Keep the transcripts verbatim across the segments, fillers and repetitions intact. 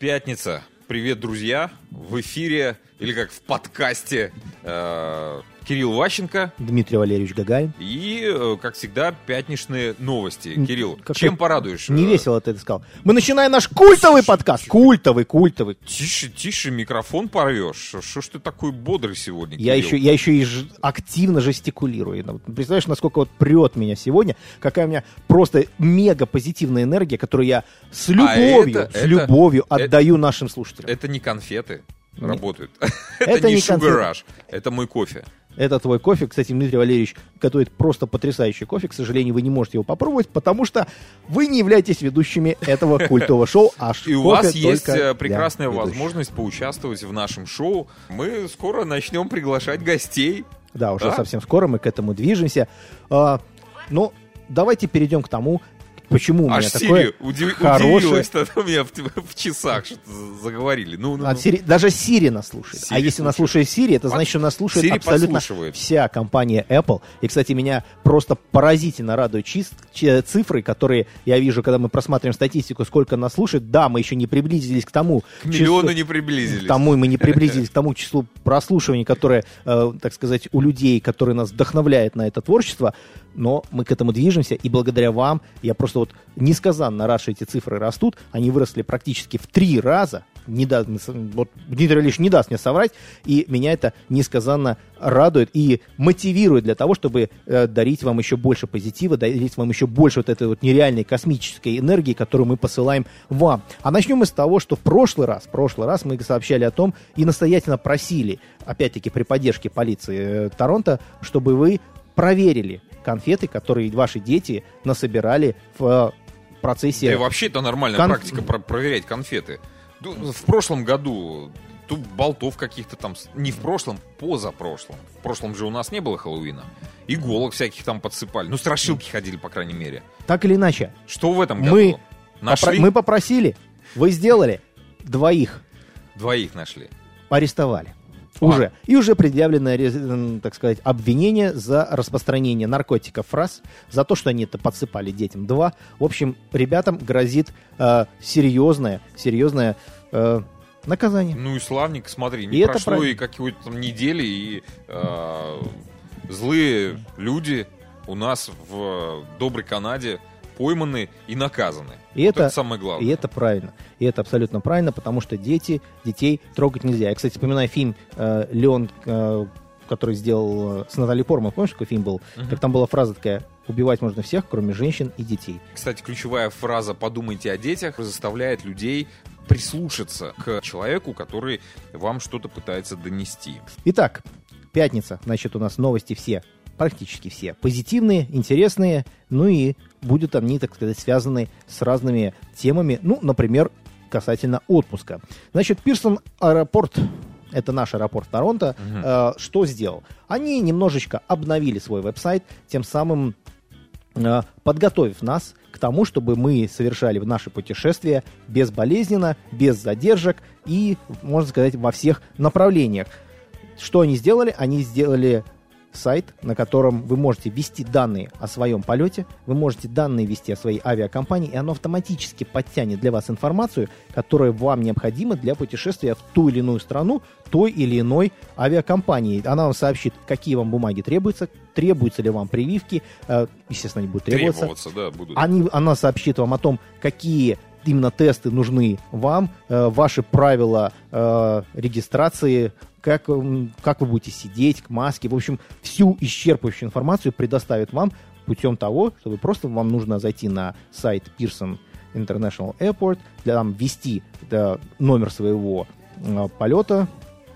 Пятница. Привет, друзья. В эфире, или как в подкасте, э, Кирилл Ващенко. Дмитрий Валерьевич Гагарин. И, э, как всегда, пятничные новости. Кирилл, как чем порадуешь? Не весело ты это сказал. Мы начинаем наш культовый тише, подкаст. Тише. Культовый, культовый. Тише, тише, микрофон порвешь. Что ж ты такой бодрый сегодня, я Кирилл? еще, я еще и ж, активно жестикулирую. Представляешь, насколько вот прет меня сегодня, какая у меня просто мега позитивная энергия, которую я с любовью, а это, с любовью это, отдаю это, нашим слушателям. Это не конфеты Нет. работают. Это, это не не Sugar Rush, это мой кофе. Это твой кофе. Кстати, Дмитрий Валерьевич готовит просто потрясающий кофе. К сожалению, вы не можете его попробовать, потому что вы не являетесь ведущими этого культового шоу. А И у вас есть прекрасная возможность поучаствовать в нашем шоу. Мы скоро начнем приглашать гостей. Да, уже да? совсем скоро мы к этому движемся. А, но давайте перейдем к тому, почему у меня Аж такое Сири удив... хорошее... удивилась, что у меня в, в часах что-то заговорили. Ну, ну, ну. Сири... Даже Сири нас слушает. Siri а если слушает. нас слушает Сири, это значит, что нас слушает Siri абсолютно вся компания Apple. И, кстати, меня просто поразительно радуют чист... цифры, которые я вижу, когда мы просматриваем статистику, сколько нас слушает. Да, мы еще не приблизились к тому... К миллиону числу... не приблизились. К тому мы не приблизились к тому числу прослушиваний, которое, э, так сказать, у людей, которые нас вдохновляют на это творчество. Но мы к этому движемся, и благодаря вам я просто вот несказанно рад, что эти цифры растут. Они выросли практически в три раза. Не даст, вот Дмитрий Ильич не даст мне соврать, и меня это несказанно радует и мотивирует для того, чтобы э, дарить вам еще больше позитива, дарить вам еще больше вот этой вот нереальной космической энергии, которую мы посылаем вам. А начнем мы с того, что в прошлый раз, в прошлый раз мы сообщали о том и настоятельно просили, опять-таки при поддержке полиции э, Торонто, чтобы вы проверили конфеты, которые ваши дети насобирали в процессе... Да и вообще это нормальная Кон... практика про- проверять конфеты. В прошлом году тут болтов каких-то там... Не в прошлом, позапрошлом. В прошлом же у нас не было Хэллоуина. Иголок всяких там подсыпали. Ну, страшилки ходили, по крайней мере. Так или иначе. Что в этом году? Мы, нашли? попро- мы попросили, вы сделали, двоих. Двоих нашли. Арестовали. А. Уже. И уже предъявлено, так сказать, обвинение за распространение наркотиков раз, за то, что они это подсыпали детям два. В общем, ребятам грозит э, серьезное, серьезное э, наказание. Ну и славненько, смотри, не и прошло и какой-то там недели, и э, злые люди у нас в доброй Канаде пойманы и наказаны. И вот это, это самое главное. И это правильно. И это абсолютно правильно, потому что дети, детей трогать нельзя. Я, кстати, вспоминаю фильм э, «Леон», э, который сделал э, с Натальей Портман. Помнишь, какой фильм был? Uh-huh. Как там была фраза такая: «Убивать можно всех, кроме женщин и детей». Кстати, ключевая фраза «подумайте о детях» заставляет людей прислушаться к человеку, который вам что-то пытается донести. Итак, пятница. Значит, у нас новости все, практически все позитивные, интересные, ну и будут они, так сказать, связаны с разными темами, ну, например, касательно отпуска. Значит, Пирсон аэропорт, это наш аэропорт Торонто, uh-huh. э, что сделал? Они немножечко обновили свой веб-сайт, тем самым э, подготовив нас к тому, чтобы мы совершали наши путешествия безболезненно, без задержек и, можно сказать, во всех направлениях. Что они сделали? Они сделали сайт, на котором вы можете ввести данные о своем полете, вы можете данные ввести о своей авиакомпании, и оно автоматически подтянет для вас информацию, которая вам необходима для путешествия в ту или иную страну той или иной авиакомпании. Она вам сообщит, какие вам бумаги требуются, требуются ли вам прививки, естественно, они будут требоваться. Требоваться, да, будут. Они, она сообщит вам о том, какие именно тесты нужны вам, э, ваши правила э, регистрации, как, как вы будете сидеть, к маске. В общем, всю исчерпывающую информацию предоставит вам путем того, что вы просто, вам нужно зайти на сайт Pearson International Airport, для там ввести да, номер своего э, полета,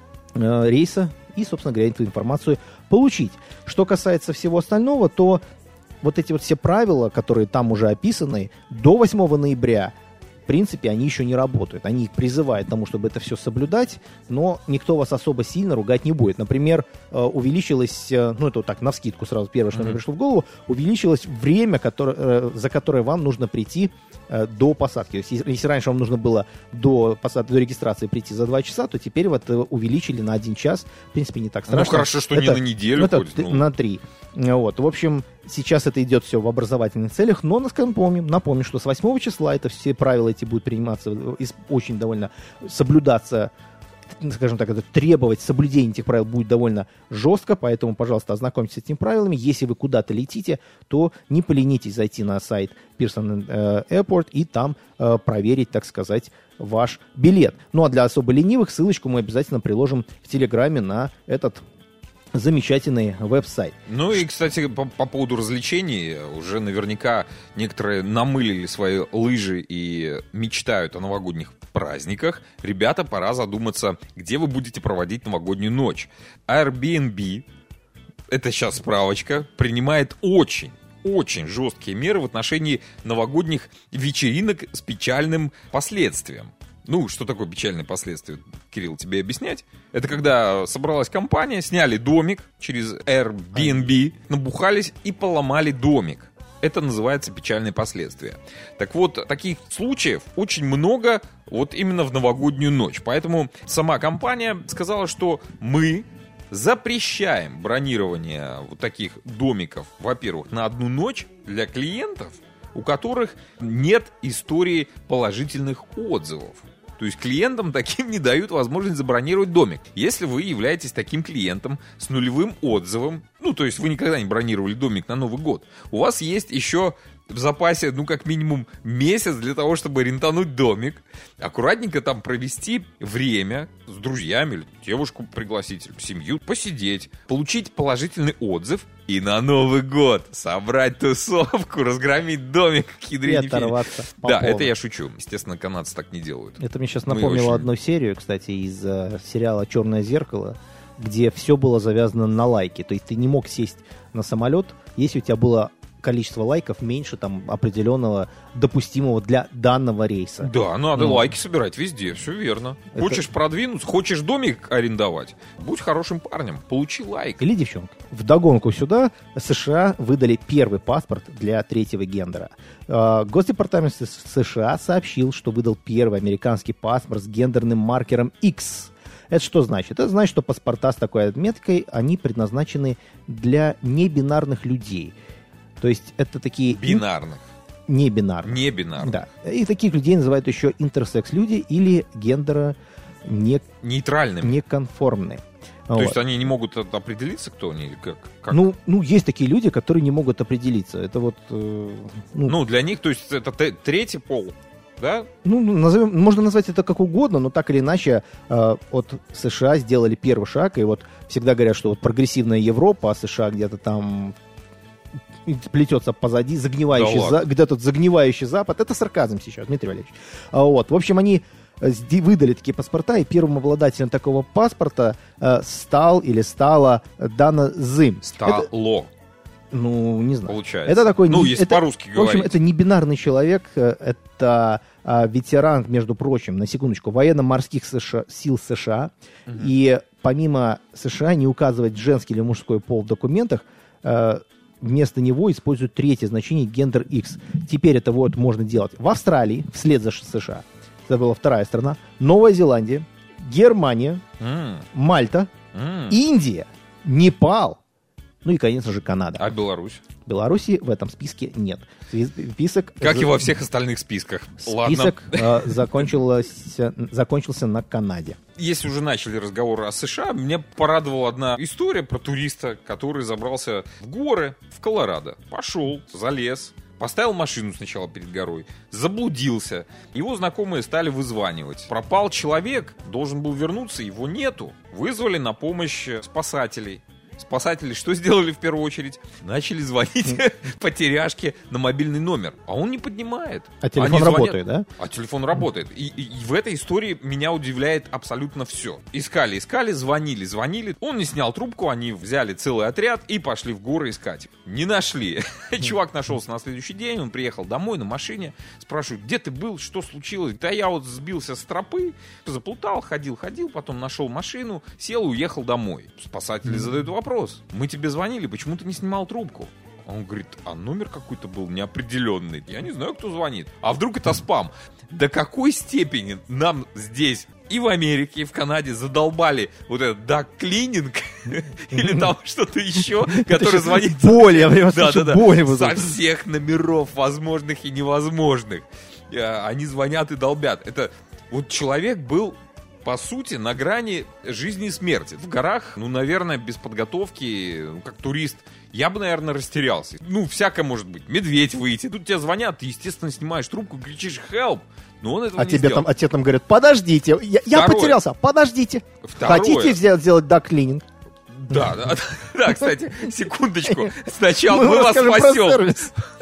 э, рейса и, собственно говоря, эту информацию получить. Что касается всего остального, то вот эти вот все правила, которые там уже описаны, до восьмого ноября, в принципе, они еще не работают. Они их призывают к тому, чтобы это все соблюдать, но никто вас особо сильно ругать не будет. Например, увеличилось, ну это вот так, навскидку сразу первое, что mm-hmm. мне пришло в голову, увеличилось время, которое, за которое вам нужно прийти э, до посадки. То есть, если, если раньше вам нужно было до посадки, до регистрации прийти за два часа, то теперь вот увеличили на один час. В принципе, не так страшно. Ну, хорошо, что это, не на неделю это ходит. Ну. На три. Вот. В общем, сейчас это идет все в образовательных целях, но, напомним, напомним, что с восьмого числа это все правила эти будут приниматься, очень довольно соблюдаться, скажем так, это требовать соблюдения этих правил будет довольно жестко, поэтому, пожалуйста, ознакомьтесь с этими правилами. Если вы куда-то летите, то не поленитесь зайти на сайт Pearson Airport и там э, проверить, так сказать, ваш билет. Ну, а для особо ленивых ссылочку мы обязательно приложим в Телеграме на этот замечательный веб-сайт. Ну и, кстати, по, по поводу развлечений, уже наверняка некоторые намылили свои лыжи и мечтают о новогодних праздниках. Ребята, пора задуматься, где вы будете проводить новогоднюю ночь. Airbnb, это сейчас справочка, принимает очень очень жесткие меры в отношении новогодних вечеринок с печальным последствием. Ну, что такое печальные последствия, Кирилл, тебе объяснять? Это когда собралась компания, сняли домик через Airbnb, набухались и поломали домик. Это называется печальные последствия. Так вот, таких случаев очень много вот именно в новогоднюю ночь. Поэтому сама компания сказала, что мы запрещаем бронирование вот таких домиков, во-первых, на одну ночь для клиентов, у которых нет истории положительных отзывов. То есть клиентам таким не дают возможность забронировать домик. Если вы являетесь таким клиентом с нулевым отзывом, ну, то есть вы никогда не бронировали домик на Новый год, у вас есть еще в запасе, ну, как минимум месяц для того, чтобы рентануть домик, аккуратненько там провести время с друзьями, или девушку пригласить, или семью, посидеть, получить положительный отзыв и на Новый год собрать тусовку, разгромить домик, и оторваться по Да, полной. это я шучу. Естественно, канадцы так не делают. Это мне сейчас Мы напомнило очень- одну серию, кстати, из э, сериала «Черное зеркало», где все было завязано на лайки. То есть ты не мог сесть на самолет, если у тебя было количество лайков меньше там определенного допустимого для данного рейса. Да, надо Ну. лайки собирать везде, все верно. Это- Хочешь продвинуться, хочешь домик арендовать, будь хорошим парнем, получи лайк. Или девчонка. Вдогонку сюда США выдали первый паспорт для третьего гендера. Э, Госдепартамент С- США сообщил, что выдал первый американский паспорт с гендерным маркером X. Это что значит? Это значит, что паспорта с такой отметкой, они предназначены для небинарных людей. То есть это такие... Бинарных, Не бинарных. не бинарных. Да. И таких людей называют еще интерсекс-люди или гендера не, Нейтральными. неконформные. То Вот. есть они не могут от- определиться, кто они или как? как? Ну, ну, есть такие люди, которые не могут определиться. Это вот... э, ну, Ну, для них, то есть это т- третий пол, да? ну, назовем, можно назвать это как угодно, но так или иначе э, от США сделали первый шаг. И вот всегда говорят, что вот прогрессивная Европа, а США где-то там плетется позади, загнивающий, Да за- ладно. где тот загнивающий Запад. Это сарказм сейчас, Дмитрий Валерьевич. А вот, в общем, они э, сди- выдали такие паспорта, и первым обладателем такого паспорта э, стал или стала Дана Зым. Это, Стало, ну, не знаю. получается. Это такой... Ну, не- если это- по-русски В общем, говорить. это не бинарный человек, э, это а, ветеран, между прочим, на секундочку, военно-морских США, сил США. И помимо США не указывать женский или мужской пол в документах, э, вместо него используют третье значение гендер X. Теперь это вот можно делать в Австралии, вслед за США. Это была вторая страна. Новая Зеландия, Германия, М, Мальта, м. Индия, Непал, ну и, конечно же, Канада. А Беларусь? Беларуси в этом списке нет. Спи- Список, Как и за- во всех остальных списках. Ладно. список э, закончился, закончился на Канаде. Если уже начали разговор о США, меня порадовала одна история про туриста, который забрался в горы в Колорадо. Пошел, залез, поставил машину сначала перед горой, заблудился. Его знакомые стали вызванивать. Пропал человек, должен был вернуться, его нету. Вызвали на помощь спасателей. Спасатели что сделали в первую очередь? Начали звонить потеряшке на мобильный номер. А он не поднимает. А телефон Они звонят- работает, да? А телефон работает. И, и- и в этой истории меня удивляет абсолютно все. Искали, искали, звонили, звонили. Он не снял трубку, они взяли целый отряд и пошли в горы искать. Не нашли. Чувак нашелся на следующий день, он приехал домой на машине, спрашивают, где ты был, что случилось? Да я вот сбился с тропы, заплутал, ходил, ходил, потом нашел машину, сел и уехал домой. Спасатели задают вопрос. Мы тебе звонили, почему ты не снимал трубку? А он говорит, а номер какой-то был неопределенный. Я не знаю, кто звонит. А вдруг это спам? До какой степени нам здесь и в Америке, и в Канаде задолбали вот этот дак-клининг или там что-то еще, который звонит... Боль, я прям слышу боль. Со всех номеров возможных и невозможных. Они звонят и долбят. Это вот человек был... по сути, на грани жизни и смерти. В горах, ну, наверное, без подготовки, ну, как турист, я бы, наверное, растерялся. Ну, всякое может быть. Медведь выйти. Тут тебе звонят, ты, естественно, снимаешь трубку, кричишь «help», но он этого а не тебе сделал. там, а тебе там говорят, подождите, я, я потерялся, подождите. Второе. Хотите сделать, сделать дак-клининг? Да, да, да, кстати, секундочку. Сначала мы вас спасем.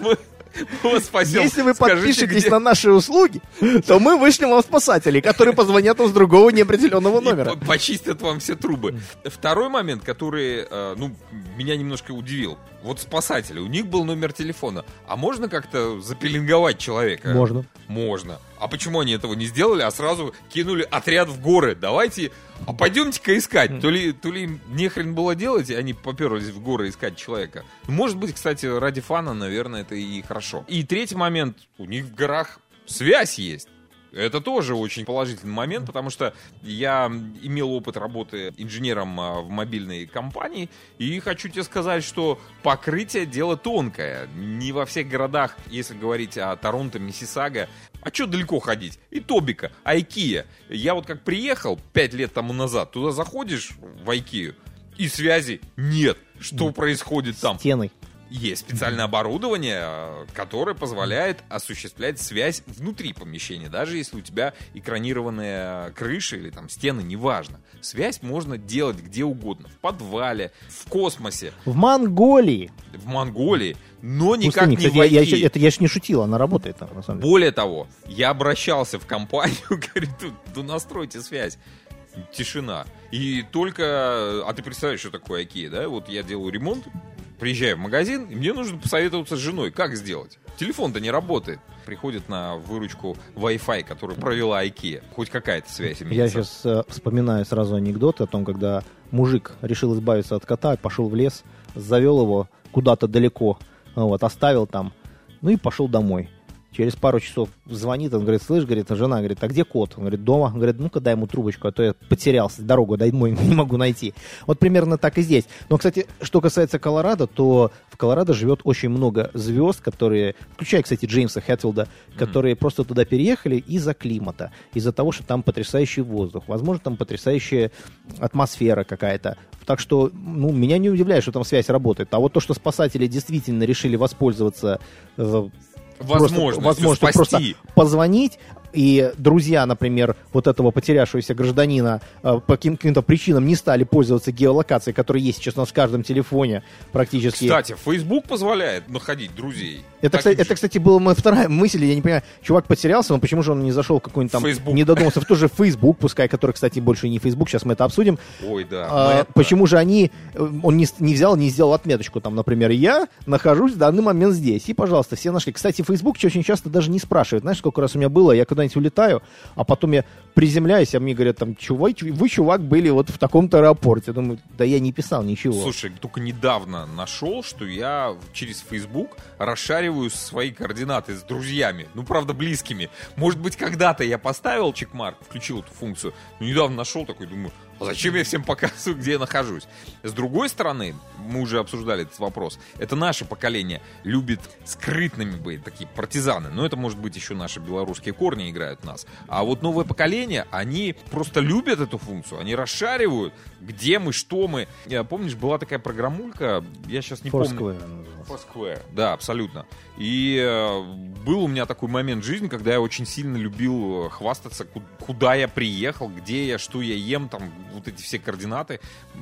Мы вас спасем. Если вы Скажите, подпишетесь где... на наши услуги, то мы вышлем вам спасателей, которые позвонят вам с другого неопределенного номера. И почистят вам все трубы. Второй момент, который, ну, меня немножко удивил. Вот спасатели, у них был номер телефона. А можно как-то запеленговать человека? Можно. Можно. А почему они этого не сделали, а сразу кинули отряд в горы? Давайте, а пойдемте-ка искать. То ли, то ли им нехрен было делать, и они поперлись в горы искать человека. Может быть, кстати, ради фана, наверное, это и хорошо. И третий момент. У них в горах связь есть. Это тоже очень положительный момент, потому что я имел опыт работы инженером в мобильной компании, и хочу тебе сказать, что покрытие дело тонкое. Не во всех городах, если говорить о Торонто, Миссисага, а что далеко ходить? И Тобика, Айкия. Я вот как приехал пять лет тому назад, туда заходишь в Айкию, и связи нет. Что происходит там? Стены. Есть специальное оборудование, которое позволяет осуществлять связь внутри помещения, даже если у тебя экранированная крыша или там стены, неважно. Связь можно делать где угодно. В подвале, в космосе. В Монголии. В Монголии, но никак Пустыни. не Кстати, в Айкии. я, я, это я ж не шутил, она работает там, на самом деле. Более того, я обращался в компанию, говорит, ну настройте связь. Тишина. И только... А ты представляешь, что такое Айкия, да? Вот я делаю ремонт, приезжаю в магазин, и мне нужно посоветоваться с женой, как сделать. Телефон-то не работает. Приходит на выручку Wi-Fi, который провела Айкия. Хоть какая-то связь имеется. Я сейчас э, вспоминаю сразу анекдот о том, когда мужик решил избавиться от кота, пошел в лес, завел его куда-то далеко, вот, оставил там, ну и пошел домой. Через пару часов звонит, он говорит, слышь, говорит, жена, говорит, а где кот? Он говорит, дома. Он говорит, ну-ка дай ему трубочку, а то я потерялся, дорогу домой не могу найти. Вот примерно так и здесь. Но, кстати, что касается Колорадо, то в Колорадо живет очень много звезд, которые, включая, кстати, Джеймса Хэтфилда, которые mm-hmm. просто туда переехали из-за климата, из-за того, что там потрясающий воздух, возможно, там потрясающая атмосфера какая-то. Так что, ну, меня не удивляет, что там связь работает. А вот то, что спасатели действительно решили воспользоваться э, возможностью возможно, просто позвонить, и друзья, например, вот этого потерявшегося гражданина э, по каким-то причинам не стали пользоваться геолокацией, которая есть сейчас у нас в каждом телефоне практически. Кстати, Facebook позволяет находить друзей. Это, кстати, это, кстати, была моя вторая мысль, я не понимаю, чувак потерялся, но почему же он не зашел в какой-нибудь там, Facebook. не додумался в тот же Facebook, пускай, который, кстати, больше не Facebook, сейчас мы это обсудим. Ой, да. А, это... Почему же они, он не, не взял, не сделал отметочку, там, например, я нахожусь в данный момент здесь, и, пожалуйста, все нашли. Кстати, Facebook очень часто даже не спрашивает, знаешь, сколько раз у меня было, я куда-нибудь улетаю, а потом я приземляюсь, а мне говорят, там, чувак, вы, чувак, были вот в таком-то аэропорте. Я думаю, да я не писал ничего. Слушай, только недавно нашел, что я через Facebook расшариваю свои координаты с друзьями, ну, правда, близкими. Может быть, когда-то я поставил чекмарк, включил эту функцию, но недавно нашел такой, думаю, а зачем я всем показываю, где я нахожусь? С другой стороны, мы уже обсуждали этот вопрос, это наше поколение любит скрытными быть, такие партизаны, но это, может быть, еще наши белорусские корни играют в нас. А вот новое поколение, они просто любят эту функцию, они расшаривают, где мы, что мы. Я, помнишь, была такая программулька, я сейчас не Foursquare помню. Foursquare, да, абсолютно. И э, был у меня такой момент в жизни, когда я очень сильно любил хвастаться, куда я приехал, где я, что я ем, там, вот эти все координаты,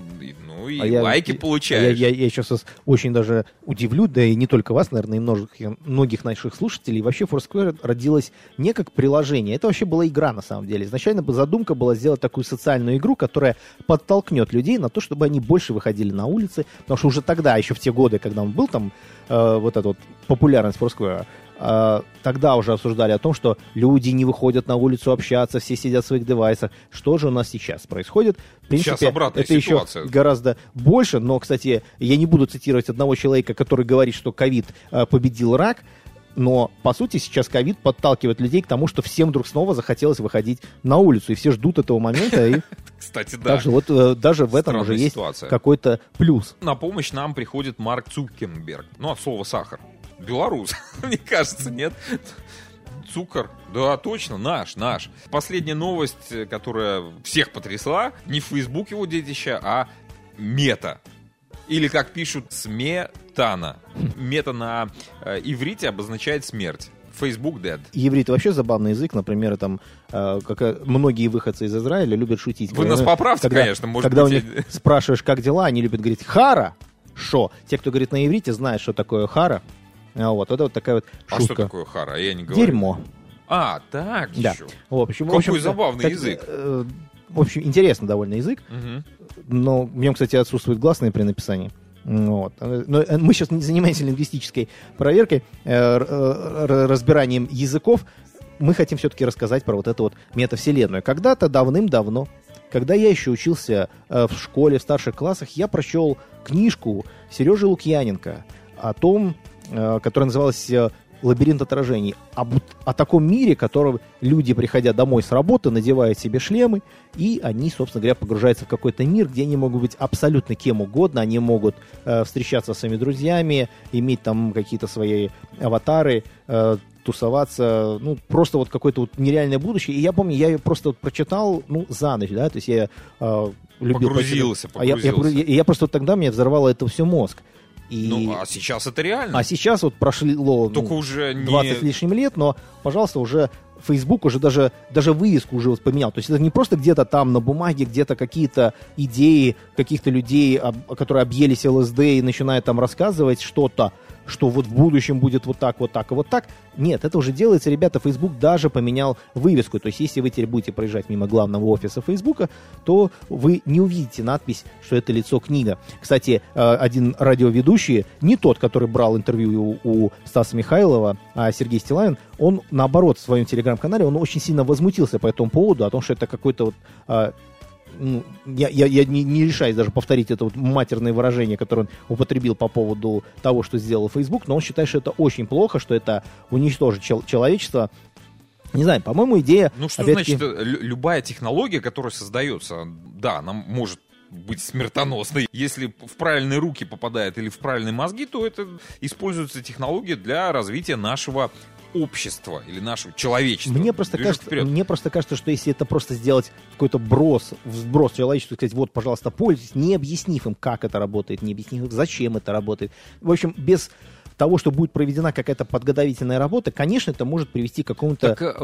ну и а лайки я, получаешь. Я, я, я сейчас очень даже удивлю, да и не только вас, наверное, и многих, многих наших слушателей. Вообще Foursquare родилась не как приложение, это вообще была игра на самом деле. Изначально задумка была сделать такую социальную игру, которая подтолкнет людей на то, чтобы они больше выходили на улицы, потому что уже тогда, еще в те годы, когда он был там, э, вот эта вот популярность Foursquare, э, тогда уже обсуждали о том, что люди не выходят на улицу общаться, все сидят в своих девайсах. Что же у нас сейчас происходит? В принципе, сейчас обратная это ситуация. Еще гораздо больше, но, кстати, я не буду цитировать одного человека, который говорит, что ковид э, победил рак, но, по сути, сейчас ковид подталкивает людей к тому, что всем вдруг снова захотелось выходить на улицу, и все ждут этого момента. И кстати, да. также вот э, даже в этом Странная уже есть ситуация. какой-то плюс. На помощь нам приходит Марк Цукерберг. Ну, от слова сахар. Белорус, мне кажется, нет? Цукор. Да, точно, наш, наш. Последняя новость, которая всех потрясла, не Facebook его детище, а Мета. Или, как пишут, сметана. Мета на э, иврите обозначает смерть. Facebook dead. Иврит вообще забавный язык, например, там э, как, э, многие выходцы из Израиля любят шутить. Вы нас поправьте, когда, конечно. Может когда быть, у них я... спрашиваешь, как дела, они любят говорить «хара», «шо». Те, кто говорит на иврите, знают, что такое «хара». А вот это вот такая вот шутка. А что такое «хара»? Я не говорю. Дерьмо. А, так да. еще. В общем, Какой в общем, забавный так, язык. Э, в общем, интересный довольно язык, угу. но в нем, кстати, отсутствуют гласные при написании. Вот. Но мы сейчас не занимаемся лингвистической проверкой, э, разбиранием языков. Мы хотим все-таки рассказать про вот эту вот метавселенную. Когда-то давным-давно, когда я еще учился э, в школе, в старших классах, я прочел книжку Сережи Лукьяненко о том, э, которая называлась «Лабиринт отражений», об, о таком мире, в котором люди, приходя домой с работы, надевают себе шлемы, и они, собственно говоря, погружаются в какой-то мир, где они могут быть абсолютно кем угодно, они могут э, встречаться со своими друзьями, иметь там какие-то свои аватары, э, тусоваться, ну, просто вот какое-то вот нереальное будущее. И я помню, я ее просто вот прочитал, ну, за ночь, да, то есть я э, любил... Погрузился, прочитать. погрузился. А я, я, я, я просто вот тогда мне взорвало это все мозг. И... Ну, а сейчас это реально. А сейчас вот прошло Только ну, уже не... двадцать с лишним лет, но, пожалуйста, уже Facebook уже даже, даже вывеску уже вот поменял. То есть это не просто где-то там на бумаге, где-то какие-то идеи каких-то людей, об, которые объелись ЛСД и начинают там рассказывать что-то, что вот в будущем будет вот так, вот так и вот так. Нет, это уже делается, ребята, Facebook даже поменял вывеску. То есть если вы теперь будете проезжать мимо главного офиса Facebook, то вы не увидите надпись, что это лицо книга. Кстати, один радиоведущий, не тот, который брал интервью у Стаса Михайлова, а Сергей Стилавин, он, наоборот, в своем телеграм-канале, он очень сильно возмутился по этому поводу, о том, что это какой-то вот... Ну, я, я, я не, не решаюсь даже повторить это вот матерное выражение, которое он употребил по поводу того, что сделал Facebook, но он считает, что это очень плохо, что это уничтожит чел- человечество. Не знаю, по-моему, идея... Ну, что опять-таки... значит, любая технология, которая создается, да, она может быть смертоносной. Если в правильные руки попадает или в правильные мозги, то это используется технология для развития нашего общества или нашего человечества. Мне просто, кажется, мне просто кажется, что если это просто сделать какой-то брос, вброс человечеству, сказать, вот, пожалуйста, пользуйтесь, не объяснив им, как это работает, не объяснив им, зачем это работает. В общем, без того, что будет проведена какая-то подготовительная работа, конечно, это может привести к какому-то... Так,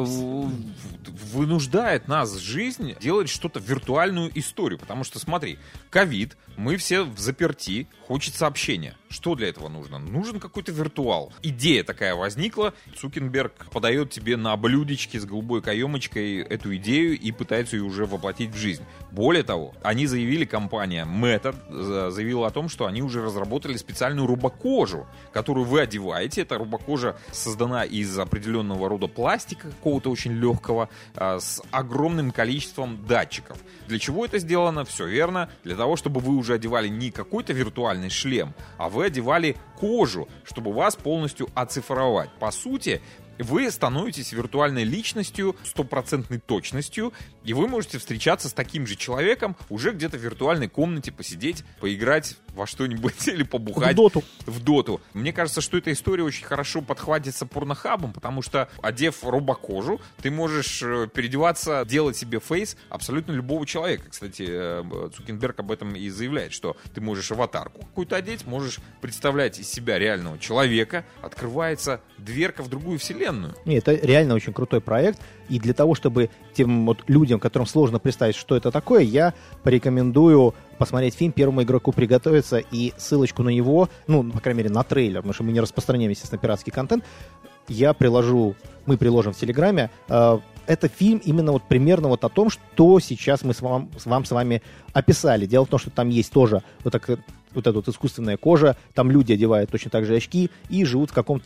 вынуждает нас жизнь делать что-то, виртуальную историю. Потому что, смотри, ковид, мы все в заперти, хочется общения. Что для этого нужно? Нужен какой-то виртуал. Идея такая возникла. Цукерберг подает тебе на блюдечке с голубой каемочкой эту идею и пытается ее уже воплотить в жизнь. Более того, они заявили, компания Meta заявила о том, что они уже разработали специальную робокожу, которую вы одеваете. Эта робокожа создана из определенного рода пластика, какого-то очень легкого, с огромным количеством датчиков. Для чего это сделано? Все верно. Для того, чтобы вы уже одевали не какой-то виртуальный шлем, а вы одевали кожу, чтобы вас полностью оцифровать. По сути, вы становитесь виртуальной личностью, стопроцентной точностью, и вы можете встречаться с таким же человеком уже где-то в виртуальной комнате, посидеть, поиграть во что-нибудь или побухать. В доту. В доту. Мне кажется, что эта история очень хорошо подхватится порнохабом, потому что, одев робокожу, ты можешь переодеваться, делать себе фейс абсолютно любого человека. Кстати, Цукерберг об этом и заявляет, что ты можешь аватарку какую-то одеть, можешь представлять из себя реального человека, открывается дверка в другую вселенную. Нет, это реально очень крутой проект, и для того, чтобы тем вот людям, которым сложно представить, что это такое, я порекомендую посмотреть фильм «Первому игроку приготовиться», и ссылочку на него, ну, по крайней мере, на трейлер, потому что мы не распространяем, естественно, пиратский контент, я приложу, мы приложим в Телеграме. Это фильм именно вот примерно вот о том, что сейчас мы с вам, с вам с вами описали. Дело в том, что там есть тоже вот, так, вот эта вот искусственная кожа, там люди одевают точно так же очки и живут в каком-то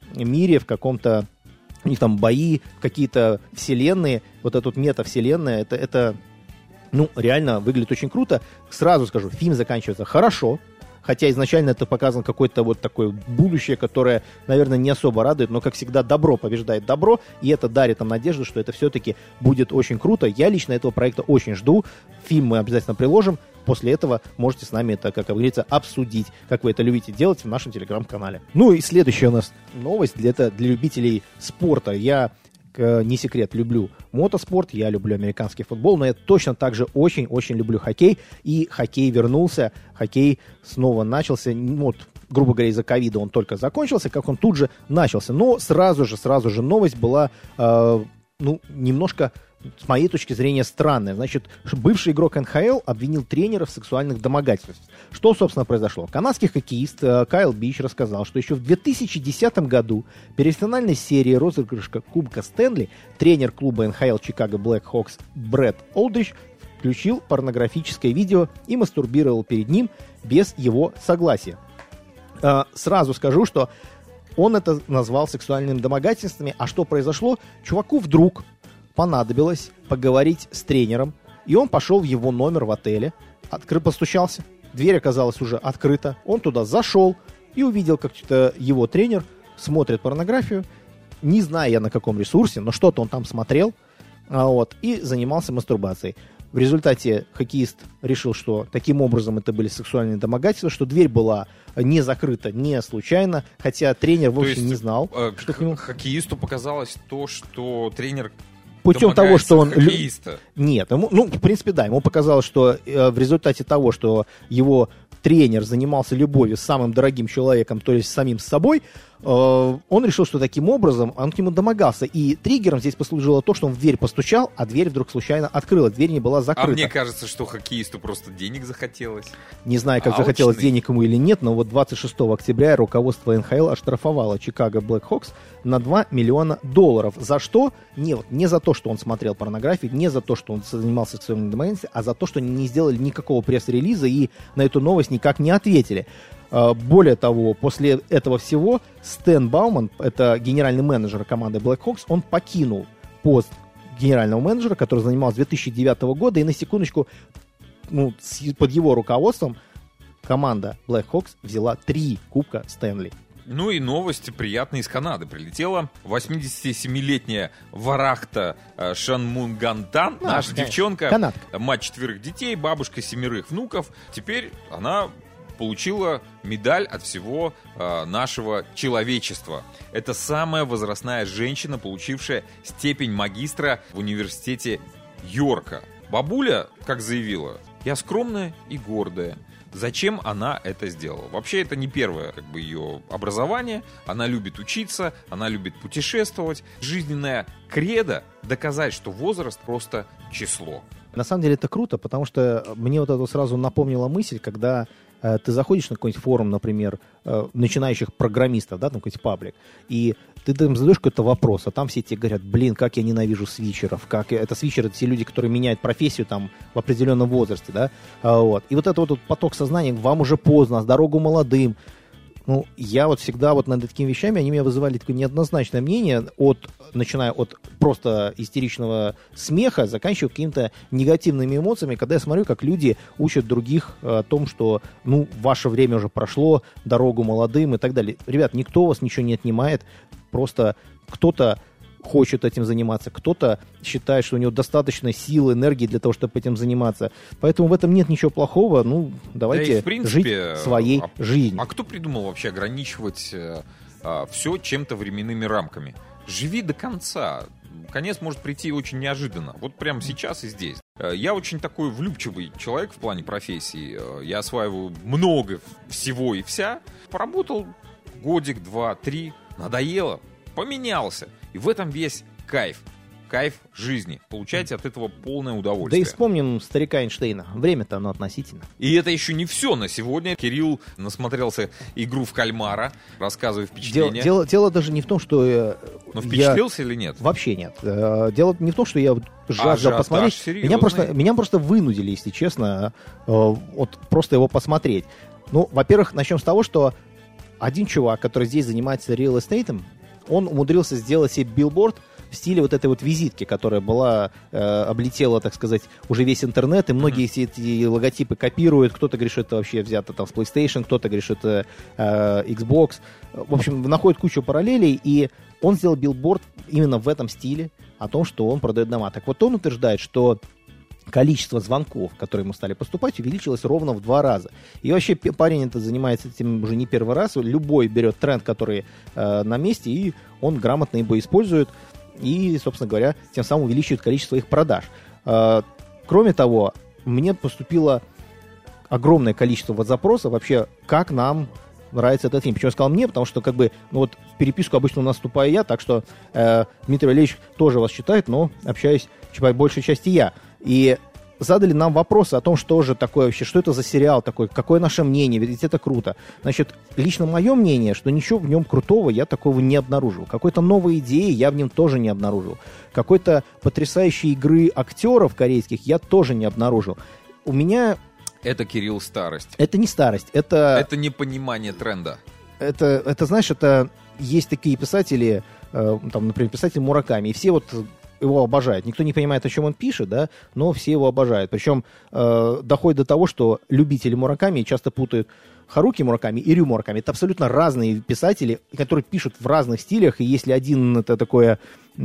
мире, в каком-то, у них там бои, какие-то вселенные, вот эта вот метавселенная, это, это, ну, реально выглядит очень круто. Сразу скажу, фильм заканчивается хорошо, хотя изначально это показано какое-то вот такое будущее, которое, наверное, не особо радует, но, как всегда, добро побеждает добро, и это дарит нам надежду, что это все-таки будет очень круто. Я лично этого проекта очень жду, фильм мы обязательно приложим. После этого можете с нами это, как говорится, обсудить, как вы это любите делать в нашем телеграм-канале. Ну и следующая у нас новость, для, это для любителей спорта. Я, не секрет, люблю мотоспорт, я люблю американский футбол, но я точно так же очень-очень люблю хоккей. И хоккей вернулся, хоккей снова начался, вот, грубо говоря, из-за ковида он только закончился, как он тут же начался. Но сразу же, сразу же новость была, э, ну, немножко... с моей точки зрения, странное. Значит, бывший игрок эн ха эл обвинил тренера в сексуальных домогательствах. Что, собственно, произошло? Канадский хоккеист э, Кайл Бич рассказал, что еще в две тысячи десятом году перед финальной серией розыгрыша Кубка Стэнли тренер клуба эн ха эл Chicago Blackhawks Брэд Олдрич включил порнографическое видео и мастурбировал перед ним без его согласия. Э, сразу скажу, что он это назвал сексуальными домогательствами. А что произошло? Чуваку вдруг понадобилось поговорить с тренером, и он пошел в его номер в отеле, откры, постучался, дверь оказалась уже открыта, он туда зашел и увидел, как его тренер смотрит порнографию, не знаю я на каком ресурсе, но что-то он там смотрел, вот, и занимался мастурбацией. В результате хоккеист решил, что таким образом это были сексуальные домогательства, что дверь была не закрыта, не случайно, хотя тренер вовсе то есть, не знал, э, что к нему... Хоккеисту показалось то, что тренер... Путем того, что он... Хоккеиста. Нет, ему, ну, в принципе, да, ему показалось, что э, в результате того, что его тренер занимался любовью с самым дорогим человеком, то есть самим собой, э, он решил, что таким образом он к нему домогался. И триггером здесь послужило то, что он в дверь постучал, а дверь вдруг случайно открылась, дверь не была закрыта. А мне кажется, что хоккеисту просто денег захотелось. Не знаю, как Алчный. захотелось денег ему или нет, но вот двадцать шестого октября руководство эн ха эл оштрафовало Chicago Blackhawks на два миллиона долларов. За что? Не, вот, не за то, что он смотрел порнографию, не за то, что он занимался сексуальным домогательством, а за то, что они не сделали никакого пресс-релиза и на эту новость никак не ответили. Более того, после этого всего Стэн Бауман, это генеральный менеджер команды Blackhawks, он покинул пост генерального менеджера, который занимался с две тысячи девятого года, и на секундочку, ну, под его руководством команда Blackhawks взяла три кубка Стэнли. Ну и новости приятные из Канады. Прилетела восьмидесятисемилетняя Варахта Шанмунгантан, а, наша девчонка, канадка. Мать четверых детей, бабушка семерых внуков. Теперь она получила медаль от всего э, нашего человечества. Это самая возрастная женщина, получившая степень магистра в университете Йорка. Бабуля, как заявила, я скромная и гордая. Зачем она это сделала? Вообще, это не первое как бы, ее образование. Она любит учиться, она любит путешествовать. Жизненная кредо — доказать, что возраст просто число. На самом деле это круто, потому что мне вот это сразу напомнила мысль, когда э, ты заходишь на какой-нибудь форум, например, э, начинающих программистов, да, там какой-нибудь паблик, и ты там задаешь какой-то вопрос, а там все тебе говорят, блин, как я ненавижу свитчеров, как я... это свитчеры, это все люди, которые меняют профессию там в определенном возрасте, да, а, вот. И вот этот вот поток сознания, вам уже поздно, с дорогу молодым. Ну, я вот всегда вот над такими вещами, они меня вызывали такое неоднозначное мнение, от, начиная от просто истеричного смеха, заканчивая какими-то негативными эмоциями, когда я смотрю, как люди учат других о том, что, ну, ваше время уже прошло, дорогу молодым и так далее. Ребят, никто у вас ничего не отнимает, просто кто-то хочет этим заниматься, кто-то считает, что у него достаточно сил, энергии для того, чтобы этим заниматься. Поэтому в этом нет ничего плохого. Ну, давайте да и, в принципе, жить своей а, жизнью. А кто придумал вообще ограничивать э, э, все чем-то временными рамками? Живи до конца. Конец может прийти очень неожиданно. Вот прямо сейчас и здесь. Я очень такой влюбчивый человек в плане профессии. Я осваиваю много всего и вся. Поработал годик, два, три. Надоело. Поменялся. И в этом весь кайф. Кайф жизни. Получайте от этого полное удовольствие. Да и вспомним старика Эйнштейна. Время-то оно относительно. И это еще не все на сегодня. Кирилл насмотрелся игру в кальмара, рассказывая впечатления. Дело, дело, дело даже не в том, что... Но впечатлился я... или нет? Вообще нет. Дело не в том, что я жаждал а, посмотреть. Меня просто, меня просто вынудили, если честно, вот просто его посмотреть. Ну, во-первых, начнем с того, что один чувак, который здесь занимается реал эстейтом, он умудрился сделать себе билборд в стиле вот этой вот визитки, которая была, э, облетела, так сказать, уже весь интернет, и многие mm-hmm. все эти логотипы копируют. Кто-то говорит, что это вообще взято там с PlayStation, кто-то говорит, что это э, Xbox. В общем, находит кучу параллелей, и он сделал билборд именно в этом стиле о том, что он продает дома. Так вот, он утверждает, что количество звонков, которые ему стали поступать, увеличилось ровно в два раза. И вообще парень это занимается этим уже не первый раз. Любой берет тренд, который э, на месте, и он грамотно его использует. И, собственно говоря, тем самым увеличивает количество их продаж. Э, кроме того, мне поступило огромное количество вот запросов вообще, как нам нравится этот фильм. Почему я сказал мне? Потому что, как бы, ну вот в переписку обычно у нас вступаю я, так что э, Дмитрий Валерьевич тоже вас читает, но общаюсь по большей части я. И задали нам вопросы о том, что же такое вообще, что это за сериал такой, какое наше мнение, ведь это круто. Значит, лично мое мнение, что ничего в нем крутого я такого не обнаружил. Какой-то новой идеи я в нем тоже не обнаружил. Какой-то потрясающей игры актеров корейских я тоже не обнаружил. У меня... Это, Кирилл, старость. Это не старость, это... Это непонимание тренда. Это, это, знаешь, это... Есть такие писатели, э, там, например, писатель Мураками, и все вот... его обожают. Никто не понимает, о чем он пишет, да, но все его обожают. Причем э, доходит до того, что любители Мураками часто путают Харуки Мураками и Рю Мураками. Это абсолютно разные писатели, которые пишут в разных стилях. И если один это такое,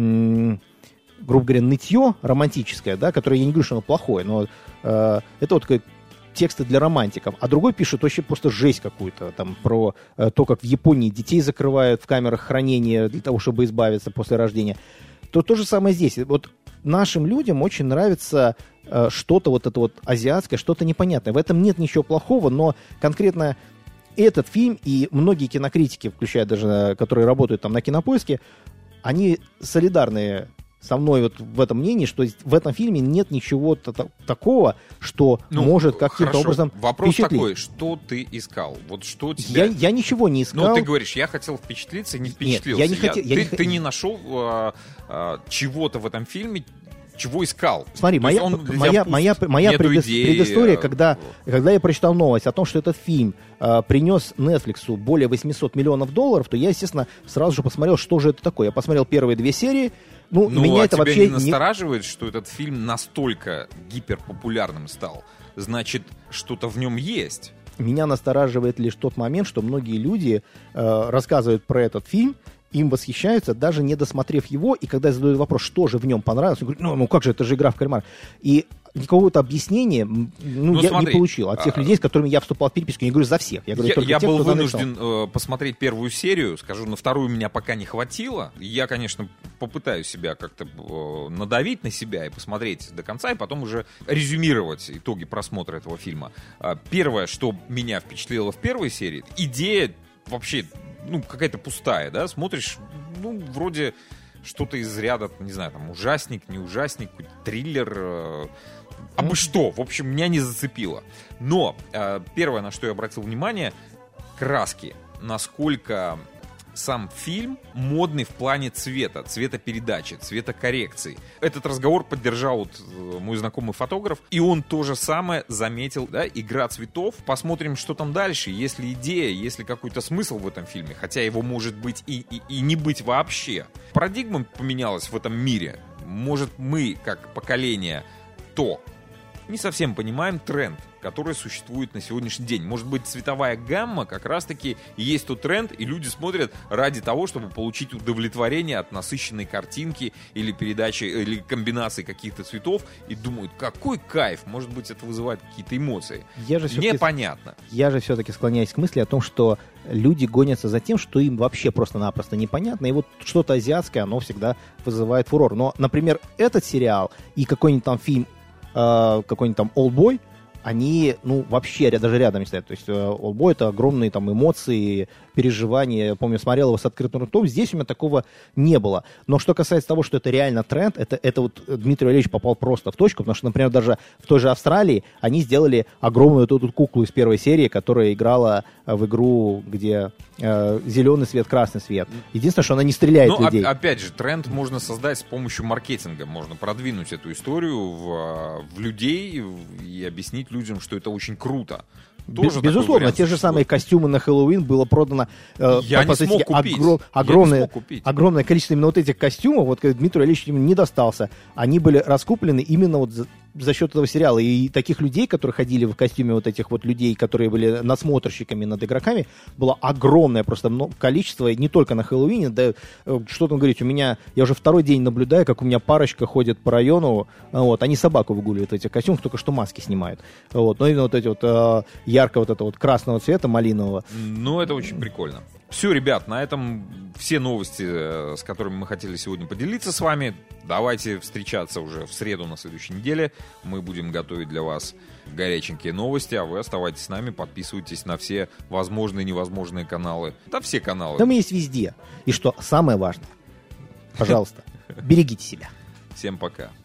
м- грубо говоря, нытье романтическое, да, которое я не говорю, что оно плохое, но э, это вот такое тексты для романтиков, а другой пишет вообще просто жесть какую-то, там, про э, то, как в Японии детей закрывают в камерах хранения для того, чтобы избавиться после рождения. То то же самое здесь. Вот нашим людям очень нравится э, что-то вот это вот азиатское, что-то непонятное. В этом нет ничего плохого, но конкретно этот фильм и многие кинокритики, включая даже, которые работают там на Кинопоиске, они солидарны со мной вот в этом мнении, что в этом фильме нет ничего такого, что ну, может каким-то образом Вопрос впечатлить. Такой, что ты искал? Вот что тебя... я, я ничего не искал. Ну, ты говоришь, я хотел впечатлиться и не впечатлился. Нет, я не хотел, я ты, не... ты не нашел а, а, чего-то в этом фильме, чего искал. Смотри, То моя, моя, моя, моя предыс, идеи, предыстория, когда, когда я прочитал новость о том, что этот фильм э, принес Netflix более восемьсот миллионов долларов, то я, естественно, сразу же посмотрел, что же это такое. Я посмотрел первые две серии. Ну, ну меня а это тебя вообще не настораживает, не... что этот фильм настолько гиперпопулярным стал? Значит, что-то в нем есть. Меня настораживает лишь тот момент, что многие люди э, рассказывают про этот фильм, им восхищаются, даже не досмотрев его, и когда я задаю вопрос, что же в нем понравилось, он говорит, ну, ну как же, это же игра в кальмара. И никакого-то объяснения ну, ну, я смотри, не получил от тех а... людей, с которыми я вступал в переписку. Я говорю за всех. Я, говорю, я, только я тех, был кто вынужден э, посмотреть первую серию, скажу, на вторую меня пока не хватило. Я, конечно, попытаюсь себя как-то э, надавить на себя и посмотреть до конца, и потом уже резюмировать итоги просмотра этого фильма. Э, первое, что меня впечатлило в первой серии, идея вообще... ну, какая-то пустая, да, смотришь, ну, вроде что-то из ряда, не знаю, там, ужасник, не ужасник, какой-то триллер, э, а бы что, в общем, меня не зацепило. Но э, первое, на что я обратил внимание, краски, насколько сам фильм модный в плане цвета, цветопередачи, цветокоррекции. Этот разговор поддержал вот мой знакомый фотограф, и он то же самое заметил, да, игра цветов. Посмотрим, что там дальше, есть ли идея, есть ли какой-то смысл в этом фильме, хотя его может быть и, и, и не быть вообще. Парадигма поменялась в этом мире. Может, мы, как поколение, то не совсем понимаем тренд, который существует на сегодняшний день. Может быть, цветовая гамма как раз-таки и есть тот тренд, и люди смотрят ради того, чтобы получить удовлетворение от насыщенной картинки или передачи, или комбинации каких-то цветов, и думают, какой кайф, может быть, это вызывает какие-то эмоции. Я же Непонятно. Я же все-таки склоняюсь к мысли о том, что люди гонятся за тем, что им вообще просто-напросто непонятно, и вот что-то азиатское, оно всегда вызывает фурор. Но, например, этот сериал и какой-нибудь там фильм, какой-нибудь там «Олдбой», они, ну, вообще даже рядом не стоят. То есть «Олдбой» — это огромные там эмоции, переживания. Я помню, смотрел его с открытым ртом. Здесь у меня такого не было. Но что касается того, что это реально тренд, это, это вот Дмитрий Валерьевич попал просто в точку, потому что, например, даже в той же Австралии они сделали огромную эту, эту куклу из первой серии, которая играла в игру, где э, зеленый свет, красный свет. Единственное, что она не стреляет Но, людей. Опять же, тренд можно создать с помощью маркетинга. Можно продвинуть эту историю в, в людей и объяснить людям, что это очень круто. Тоже Безусловно, те же самые костюмы на Хэллоуин было продано э, Я не смог купить. Огром, Я огромное, не смог купить. огромное количество именно вот этих костюмов, вот Дмитрию Ильичу не достался. Они были раскуплены именно вот за, за счет этого сериала. И таких людей, которые ходили в костюме вот этих вот людей, которые были надсмотрщиками над игроками, было огромное просто количество, не только на Хэллоуине. Да, что там говорить, у меня, я уже второй день наблюдаю, как у меня парочка ходит по району, вот, они собаку выгуливают в этих костюмах, только что маски снимают. Вот, но именно вот эти вот э, ярко вот это вот красного цвета, малинового. Ну, это очень прикольно. Все, ребят, на этом все новости, с которыми мы хотели сегодня поделиться с вами. Давайте встречаться уже в среду на следующей неделе. Мы будем готовить для вас горяченькие новости, а вы оставайтесь с нами, подписывайтесь на все возможные и невозможные каналы. Да, все каналы. Да, мы есть везде. И что самое важное, пожалуйста, берегите себя. Всем пока.